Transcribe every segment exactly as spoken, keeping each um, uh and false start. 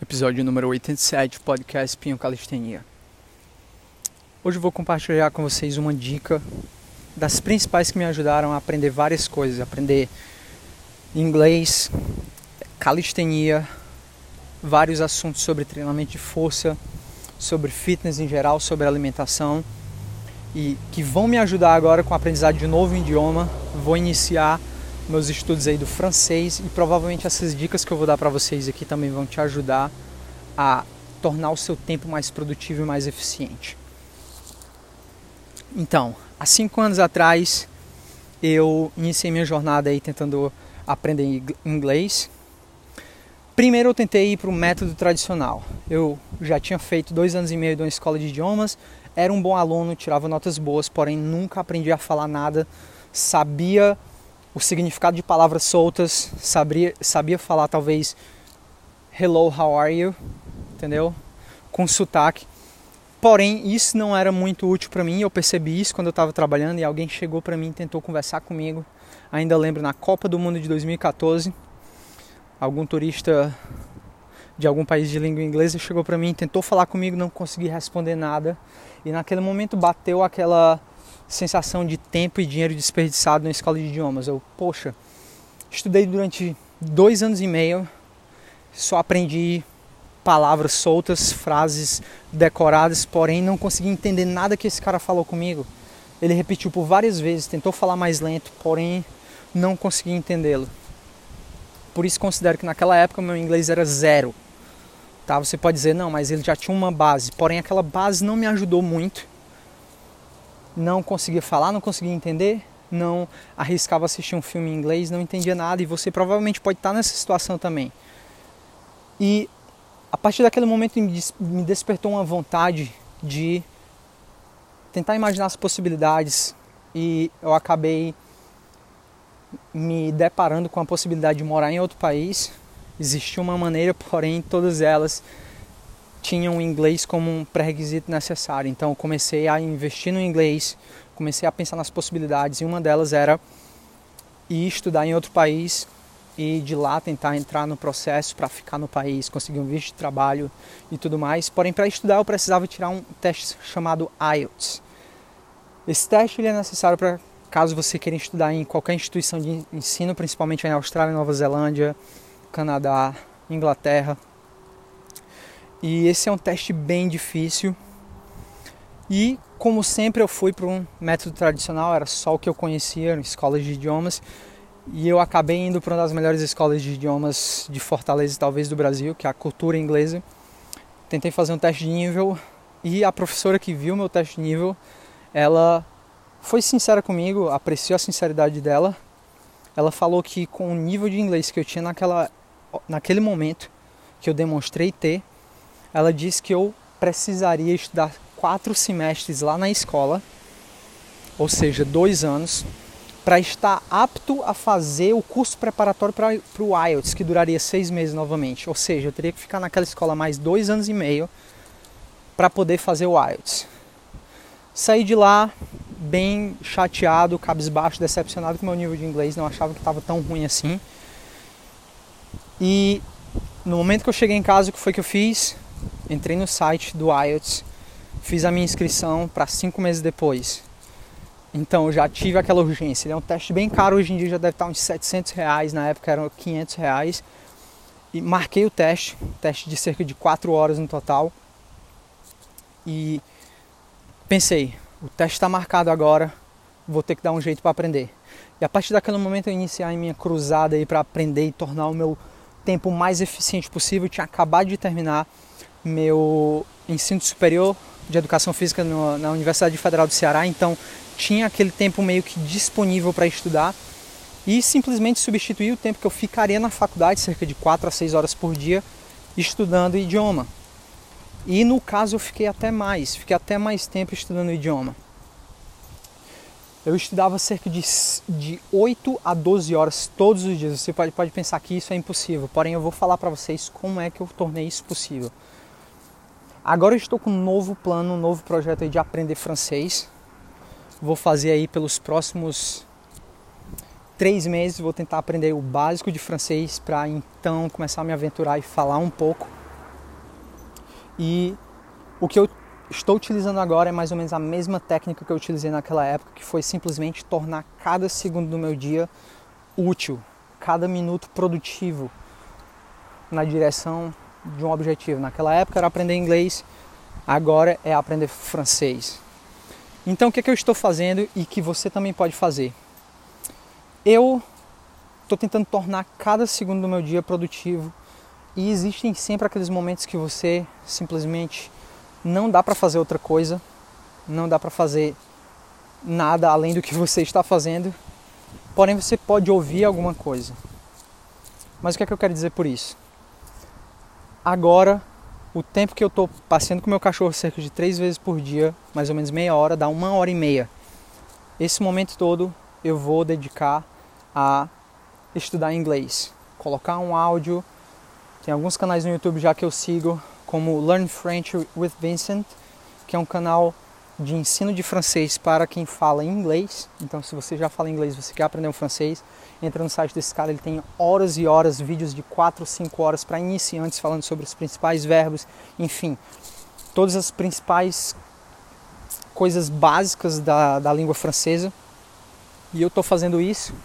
Episódio número oitenta e sete, podcast Pinho Calistenia. Hoje eu vou compartilhar com vocês uma dica das principais que me ajudaram a aprender várias coisas. Aprender inglês, calistenia, vários assuntos sobre treinamento de força, sobre fitness em geral, sobre alimentação. E que vão me ajudar agora com a aprendizagem de um novo idioma. Vou iniciar meus estudos aí do francês e provavelmente essas dicas que eu vou dar para vocês aqui também vão te ajudar a tornar o seu tempo mais produtivo e mais eficiente. Então, há cinco anos atrás eu iniciei minha jornada aí tentando aprender inglês. Primeiro eu tentei ir para o método tradicional. Eu já tinha feito dois anos e meio de uma escola de idiomas, era um bom aluno, tirava notas boas, porém nunca aprendi a falar nada, sabia o significado de palavras soltas, sabia, sabia falar talvez hello, how are you, entendeu? Com sotaque. Porém, isso não era muito útil para mim, eu percebi isso quando eu estava trabalhando e alguém chegou para mim e tentou conversar comigo. Ainda lembro, na Copa do Mundo de dois mil e quatorze, algum turista de algum país de língua inglesa chegou para mim, tentou falar comigo, não consegui responder nada. E naquele momento bateu aquela sensação de tempo e dinheiro desperdiçado na escola de idiomas. Eu, poxa, estudei durante dois anos e meio, só aprendi palavras soltas, frases decoradas, porém não consegui entender nada que esse cara falou comigo. Ele repetiu por várias vezes, tentou falar mais lento, porém não consegui entendê-lo. Por isso considero que naquela época meu inglês era zero. Tá? Você pode dizer, não, mas ele já tinha uma base, porém aquela base não me ajudou muito. Não conseguia falar, não conseguia entender, não arriscava assistir um filme em inglês, não entendia nada, e você provavelmente pode estar nessa situação também. E a partir daquele momento me despertou uma vontade de tentar imaginar as possibilidades, e eu acabei me deparando com a possibilidade de morar em outro país. Existia uma maneira, porém todas elas tinham o inglês como um pré-requisito necessário. Então eu comecei a investir no inglês, comecei a pensar nas possibilidades, e uma delas era ir estudar em outro país e de lá tentar entrar no processo para ficar no país, conseguir um visto de trabalho e tudo mais. Porém, para estudar eu precisava tirar um teste chamado I E L T S. Esse teste ele é necessário para caso você queira estudar em qualquer instituição de ensino, principalmente na Austrália, Nova Zelândia, Canadá, Inglaterra. E esse é um teste bem difícil. E, como sempre, eu fui para um método tradicional, era só o que eu conhecia, escolas de idiomas. E eu acabei indo para uma das melhores escolas de idiomas de Fortaleza, talvez do Brasil, que é a Cultura Inglesa. Tentei fazer um teste de nível e a professora que viu meu teste de nível, ela foi sincera comigo, apreciou a sinceridade dela. Ela falou que com o nível de inglês que eu tinha naquela, naquele momento, que eu demonstrei ter, ela disse que eu precisaria estudar quatro semestres lá na escola, ou seja, dois anos, para estar apto a fazer o curso preparatório para o I E L T S, que duraria seis meses novamente. Ou seja, eu teria que ficar naquela escola mais dois anos e meio para poder fazer o I E L T S. Saí de lá bem chateado, cabisbaixo, decepcionado com o meu nível de inglês, não achava que estava tão ruim assim. E no momento que eu cheguei em casa, o que foi que eu fiz? Entrei no site do I E L T S, fiz a minha inscrição para cinco meses depois. Então eu já tive aquela urgência. Ele é um teste bem caro, hoje em dia já deve estar uns setecentos reais, na época eram quinhentos reais. E marquei o teste, teste de cerca de quatro horas no total. E pensei, o teste está marcado agora, vou ter que dar um jeito para aprender. E a partir daquele momento eu iniciei a minha cruzada aí para aprender e tornar o meu tempo mais eficiente possível. Eu tinha acabado de terminar meu ensino superior de educação física no, na Universidade Federal do Ceará, então tinha aquele tempo meio que disponível para estudar e simplesmente substituí o tempo que eu ficaria na faculdade, cerca de quatro a seis horas por dia, estudando idioma. E no caso eu fiquei até mais, fiquei até mais tempo estudando idioma. Eu estudava cerca de, de oito a doze horas todos os dias. Você pode, pode pensar que isso é impossível, porém eu vou falar para vocês como é que eu tornei isso possível. Agora eu estou com um novo plano, um novo projeto aí de aprender francês. Vou fazer aí pelos próximos três meses, vou tentar aprender o básico de francês para então começar a me aventurar e falar um pouco. E o que eu estou utilizando agora é mais ou menos a mesma técnica que eu utilizei naquela época, que foi simplesmente tornar cada segundo do meu dia útil, cada minuto produtivo na direção de um objetivo. Naquela época era aprender inglês, agora é aprender francês. Então o que é que eu estou fazendo e que você também pode fazer? Eu estou tentando tornar cada segundo do meu dia produtivo, e existem sempre aqueles momentos que você simplesmente não dá para fazer outra coisa, não dá para fazer nada além do que você está fazendo, porém você pode ouvir alguma coisa. Mas o que é que eu quero dizer por isso? Agora, o tempo que eu estou passeando com o meu cachorro cerca de três vezes por dia, mais ou menos meia hora, dá uma hora e meia. Esse momento todo eu vou dedicar a estudar inglês, colocar um áudio. Tem alguns canais no YouTube já que eu sigo, como Learn French with Vincent, que é um canal de ensino de francês para quem fala inglês. Então, se você já fala inglês, você quer aprender o francês, entra no site desse cara, ele tem horas e horas, vídeos de quatro, cinco horas para iniciantes falando sobre os principais verbos, enfim, todas as principais coisas básicas da, da língua francesa. E eu estou fazendo isso.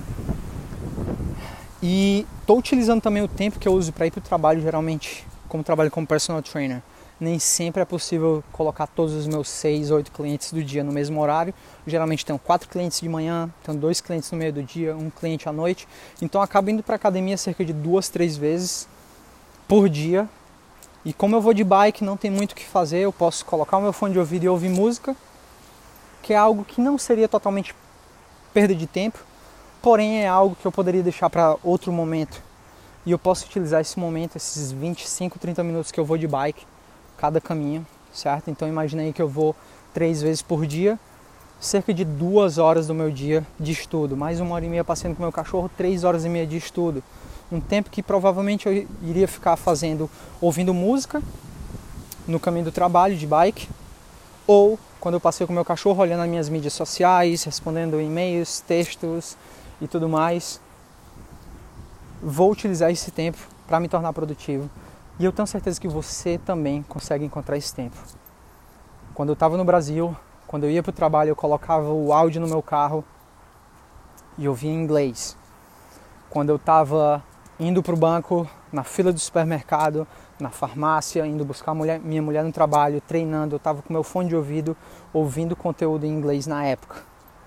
E estou utilizando também o tempo que eu uso para ir para o trabalho, geralmente, como trabalho como personal trainer. Nem sempre é possível colocar todos os meus seis, oito clientes do dia no mesmo horário. Geralmente tenho quatro clientes de manhã, tenho dois clientes no meio do dia, um cliente à noite. Então eu acabo indo para a academia cerca de duas, três vezes por dia. E como eu vou de bike, não tem muito o que fazer, eu posso colocar o meu fone de ouvido e ouvir música, que é algo que não seria totalmente perda de tempo, porém é algo que eu poderia deixar para outro momento. E eu posso utilizar esse momento, esses vinte e cinco, trinta minutos que eu vou de bike, cada caminho, certo? Então imagina aí que eu vou três vezes por dia, cerca de duas horas do meu dia de estudo, mais uma hora e meia passeando com o meu cachorro, três horas e meia de estudo. Um tempo que provavelmente eu iria ficar fazendo, ouvindo música no caminho do trabalho de bike, ou quando eu passeio com o meu cachorro, olhando as minhas mídias sociais, respondendo e-mails, textos e tudo mais. Vou utilizar esse tempo para me tornar produtivo. E eu tenho certeza que você também consegue encontrar esse tempo. Quando eu estava no Brasil, quando eu ia para o trabalho, eu colocava o áudio no meu carro e ouvia em inglês. Quando eu estava indo para o banco, na fila do supermercado, na farmácia, indo buscar a mulher, minha mulher no trabalho, treinando, eu estava com meu fone de ouvido, ouvindo conteúdo em inglês na época.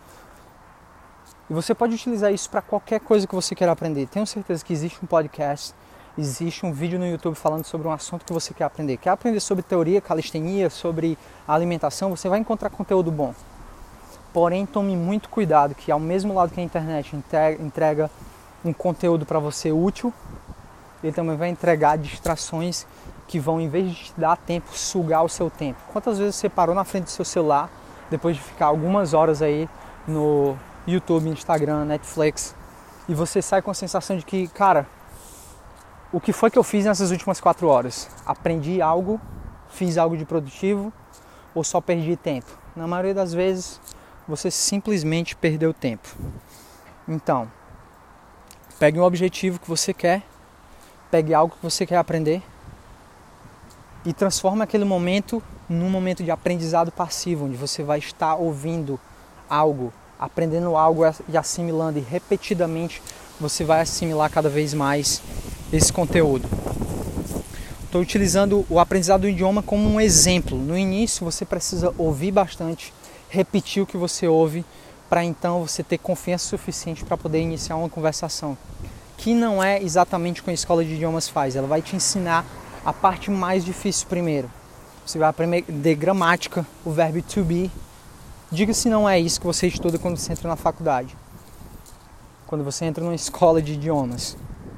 E você pode utilizar isso para qualquer coisa que você queira aprender. Tenho certeza que existe um podcast, existe um vídeo no YouTube falando sobre um assunto que você quer aprender. Quer aprender sobre teoria, calistenia, sobre alimentação, você vai encontrar conteúdo bom. Porém, tome muito cuidado que ao mesmo lado que a internet entrega um conteúdo para você útil, ele também vai entregar distrações que vão, em vez de te dar tempo, sugar o seu tempo. Quantas vezes você parou na frente do seu celular, depois de ficar algumas horas aí no YouTube, Instagram, Netflix, e você sai com a sensação de que, cara, o que foi que eu fiz nessas últimas quatro horas? Aprendi algo? Fiz algo de produtivo? Ou só perdi tempo? Na maioria das vezes, você simplesmente perdeu tempo. Então, pegue um objetivo que você quer, pegue algo que você quer aprender e transforme aquele momento num momento de aprendizado passivo, onde você vai estar ouvindo algo, aprendendo algo e assimilando, e repetidamente você vai assimilar cada vez mais esse conteúdo. Estou utilizando o aprendizado do idioma como um exemplo. No início você precisa ouvir bastante, repetir o que você ouve, para então você ter confiança suficiente para poder iniciar uma conversação, que não é exatamente o que a escola de idiomas faz. Ela vai te ensinar a parte mais difícil primeiro. Você vai aprender gramática, o verbo to be. Diga se não é isso que você estuda quando você entra na faculdade, quando você entra numa escola de idiomas.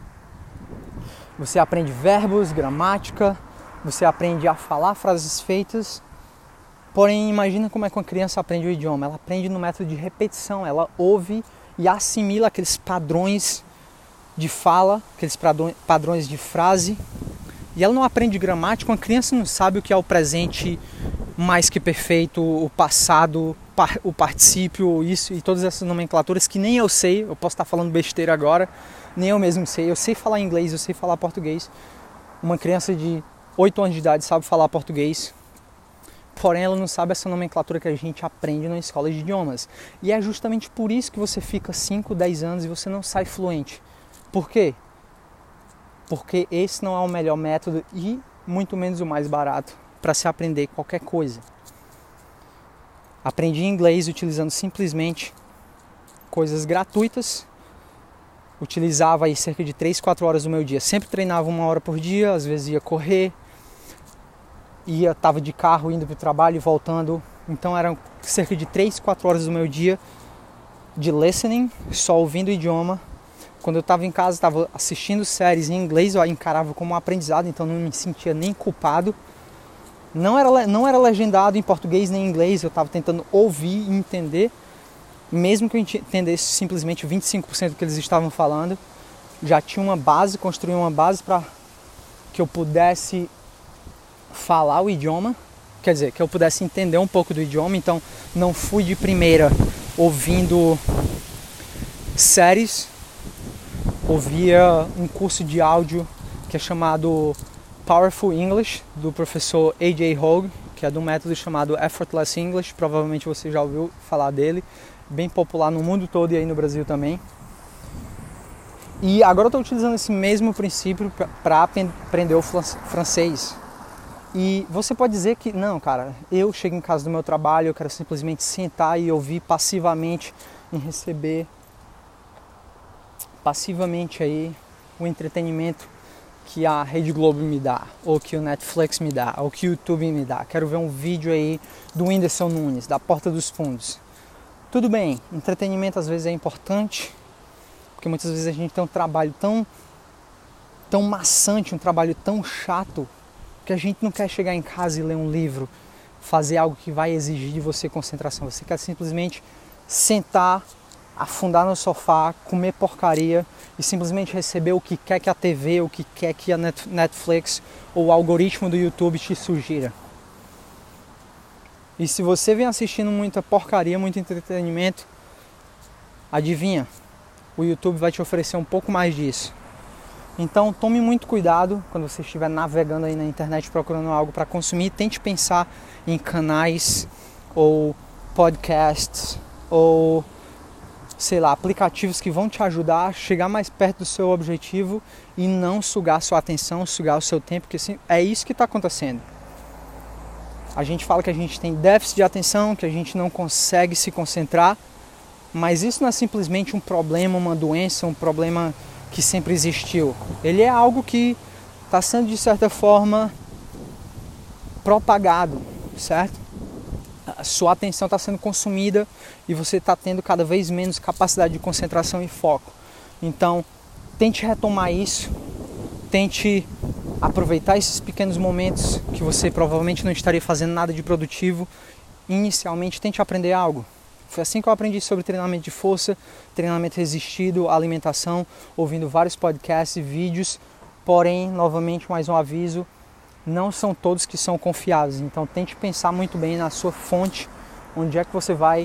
Você aprende verbos, gramática, você aprende a falar frases feitas. Porém, imagina como é que uma criança aprende o idioma. Ela aprende no método de repetição, ela ouve e assimila aqueles padrões de fala, aqueles padrões de frase. E ela não aprende gramática. Uma criança não sabe o que é o presente mais que perfeito, o passado, o particípio, isso e todas essas nomenclaturas que nem eu sei. Eu posso estar falando besteira agora, nem eu mesmo sei. Eu sei falar inglês, eu sei falar português. Uma criança de oito anos de idade sabe falar português, porém ela não sabe essa nomenclatura que a gente aprende na escola de idiomas. E é justamente por isso que você fica cinco, dez anos e você não sai fluente. Por quê? Porque esse não é o melhor método e muito menos o mais barato para se aprender qualquer coisa. Aprendi inglês utilizando simplesmente coisas gratuitas. Utilizava aí cerca de três, quatro horas do meu dia. Sempre treinava uma hora por dia, às vezes ia correr, ia, tava de carro indo para o trabalho e voltando. Então eram cerca de três, quatro horas do meu dia de listening, só ouvindo o idioma. Quando eu estava em casa, estava assistindo séries em inglês, eu encarava como um aprendizado, então não me sentia nem culpado. Não era, não era legendado em português nem em inglês, eu estava tentando ouvir e entender. Mesmo que eu entendesse simplesmente vinte e cinco por cento do que eles estavam falando, já tinha uma base, construí uma base para que eu pudesse falar o idioma, quer dizer, que eu pudesse entender um pouco do idioma. Então não fui de primeira ouvindo séries, ouvia um curso de áudio que é chamado Powerful English, do professor A J Hogue, que é de um método chamado Effortless English, provavelmente você já ouviu falar dele, bem popular no mundo todo e aí no Brasil também. E agora eu estou utilizando esse mesmo princípio para aprender o francês. E você pode dizer que, não, cara, eu chego em casa do meu trabalho, eu quero simplesmente sentar e ouvir passivamente e receber passivamente aí o entretenimento que a Rede Globo me dá, ou que o Netflix me dá, ou que o YouTube me dá. Quero ver um vídeo aí do Whindersson Nunes, da Porta dos Fundos. Tudo bem, entretenimento às vezes é importante, porque muitas vezes a gente tem um trabalho tão, tão maçante, um trabalho tão chato, que a gente não quer chegar em casa e ler um livro, fazer algo que vai exigir de você concentração. Você quer simplesmente sentar, afundar no sofá, comer porcaria e simplesmente receber o que quer que a T V, o que quer que a Netflix ou o algoritmo do YouTube te sugira. E se você vem assistindo muita porcaria, muito entretenimento, adivinha, o YouTube vai te oferecer um pouco mais disso. Então tome muito cuidado quando você estiver navegando aí na internet procurando algo para consumir. Tente pensar em canais ou podcasts ou, sei lá, aplicativos que vão te ajudar a chegar mais perto do seu objetivo e não sugar sua atenção, sugar o seu tempo, porque é isso que está acontecendo. A gente fala que a gente tem déficit de atenção, que a gente não consegue se concentrar, mas isso não é simplesmente um problema, uma doença, um problema que sempre existiu. Ele é algo que está sendo, de certa forma, propagado, certo? A sua atenção está sendo consumida e você está tendo cada vez menos capacidade de concentração e foco. Então, tente retomar isso, tente aproveitar esses pequenos momentos que você provavelmente não estaria fazendo nada de produtivo. Inicialmente, tente aprender algo. Foi assim que eu aprendi sobre treinamento de força, treinamento resistido, alimentação, ouvindo vários podcasts e vídeos. Porém, novamente, mais um aviso, não são todos que são confiáveis. Então, tente pensar muito bem na sua fonte, onde é que você vai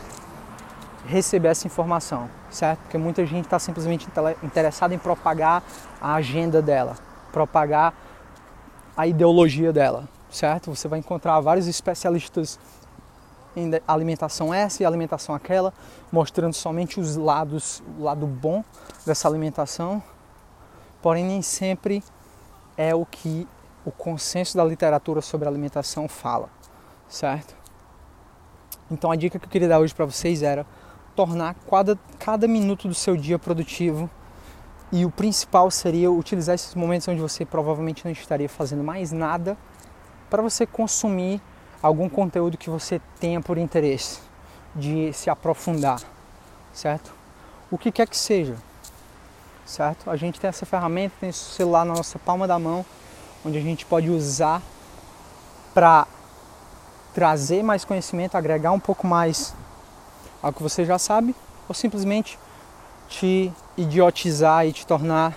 receber essa informação, certo? Porque muita gente está simplesmente interessada em propagar a agenda dela, propagar a ideologia dela, certo? Você vai encontrar vários especialistas em alimentação essa e alimentação aquela, mostrando somente os lados, o lado bom dessa alimentação, porém nem sempre é o que o consenso da literatura sobre alimentação fala, certo? Então a dica que eu queria dar hoje para vocês era tornar cada, cada minuto do seu dia produtivo, e o principal seria utilizar esses momentos onde você provavelmente não estaria fazendo mais nada para você consumir algum conteúdo que você tenha por interesse de se aprofundar, certo? O que quer que seja, certo? A gente tem essa ferramenta, tem esse celular na nossa palma da mão, onde a gente pode usar para trazer mais conhecimento, agregar um pouco mais ao que você já sabe, ou simplesmente te idiotizar e te tornar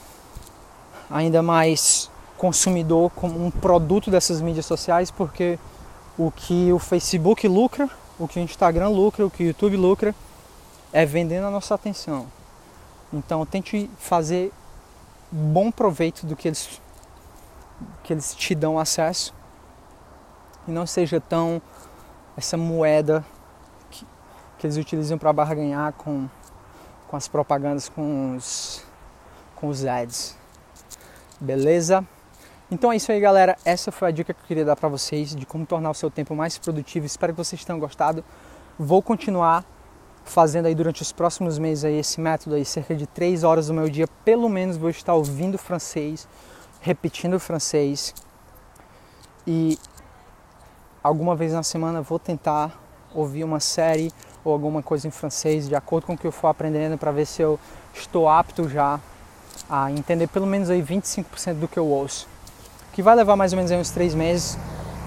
ainda mais consumidor como um produto dessas mídias sociais, porque o que o Facebook lucra, o que o Instagram lucra, o que o YouTube lucra é vendendo a nossa atenção. Então tente fazer bom proveito do que eles que eles te dão acesso e não seja tão essa moeda que, que eles utilizam para barganhar com, com as propagandas, com os, com os ads. Beleza? Então é isso aí, galera. Essa foi a dica que eu queria dar para vocês de como tornar o seu tempo mais produtivo. Espero que vocês tenham gostado. Vou continuar fazendo aí durante os próximos meses aí esse método aí, cerca de três horas do meu dia, pelo menos vou estar ouvindo francês, repetindo francês, e alguma vez na semana vou tentar ouvir uma série ou alguma coisa em francês, de acordo com o que eu for aprendendo, para ver se eu estou apto já a entender pelo menos aí vinte e cinco por cento do que eu ouço, que vai levar mais ou menos aí uns três meses.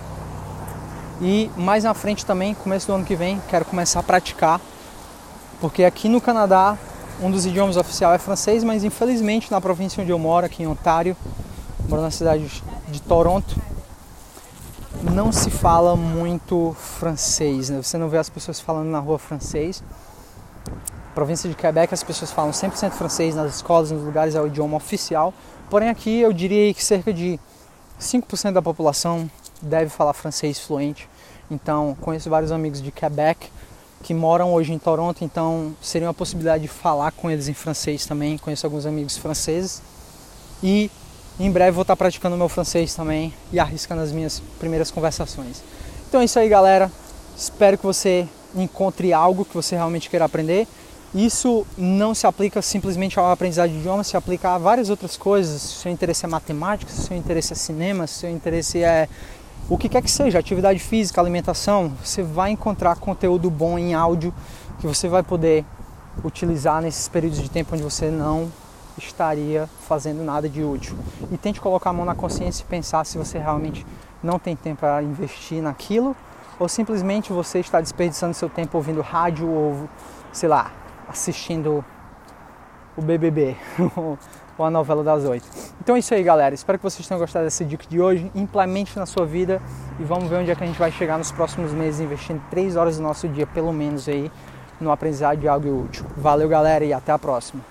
E mais na frente também, começo do ano que vem, quero começar a praticar, porque aqui no Canadá um dos idiomas oficiais é francês, mas infelizmente na província onde eu moro, aqui em Ontário, moro na cidade de Toronto, não se fala muito francês, né? Você não vê as pessoas falando na rua francês. Na província de Quebec as pessoas falam cem por cento francês, nas escolas, nos lugares é o idioma oficial, porém aqui eu diria que cerca de cinco por cento da população deve falar francês fluente. Então conheço vários amigos de Quebec que moram hoje em Toronto, então seria uma possibilidade de falar com eles em francês também. Conheço alguns amigos franceses e em breve vou estar praticando o meu francês também e arriscando as minhas primeiras conversações. Então é isso aí, galera. Espero que você encontre algo que você realmente queira aprender. Isso não se aplica simplesmente ao aprendizado de idiomas, se aplica a várias outras coisas. Se o seu interesse é matemática, se o seu interesse é cinema, se o seu interesse é o que quer que seja, atividade física, alimentação, você vai encontrar conteúdo bom em áudio que você vai poder utilizar nesses períodos de tempo onde você não estaria fazendo nada de útil. E tente colocar a mão na consciência e pensar se você realmente não tem tempo para investir naquilo, ou simplesmente você está desperdiçando seu tempo ouvindo rádio ou, sei lá, assistindo o B B B ou a novela das oito. Então é isso aí, galera. Espero que vocês tenham gostado dessa dica de hoje. Implemente na sua vida e vamos ver onde é que a gente vai chegar nos próximos meses, investindo três horas do nosso dia, pelo menos, aí no aprendizado de algo útil. Valeu, galera, e até a próxima.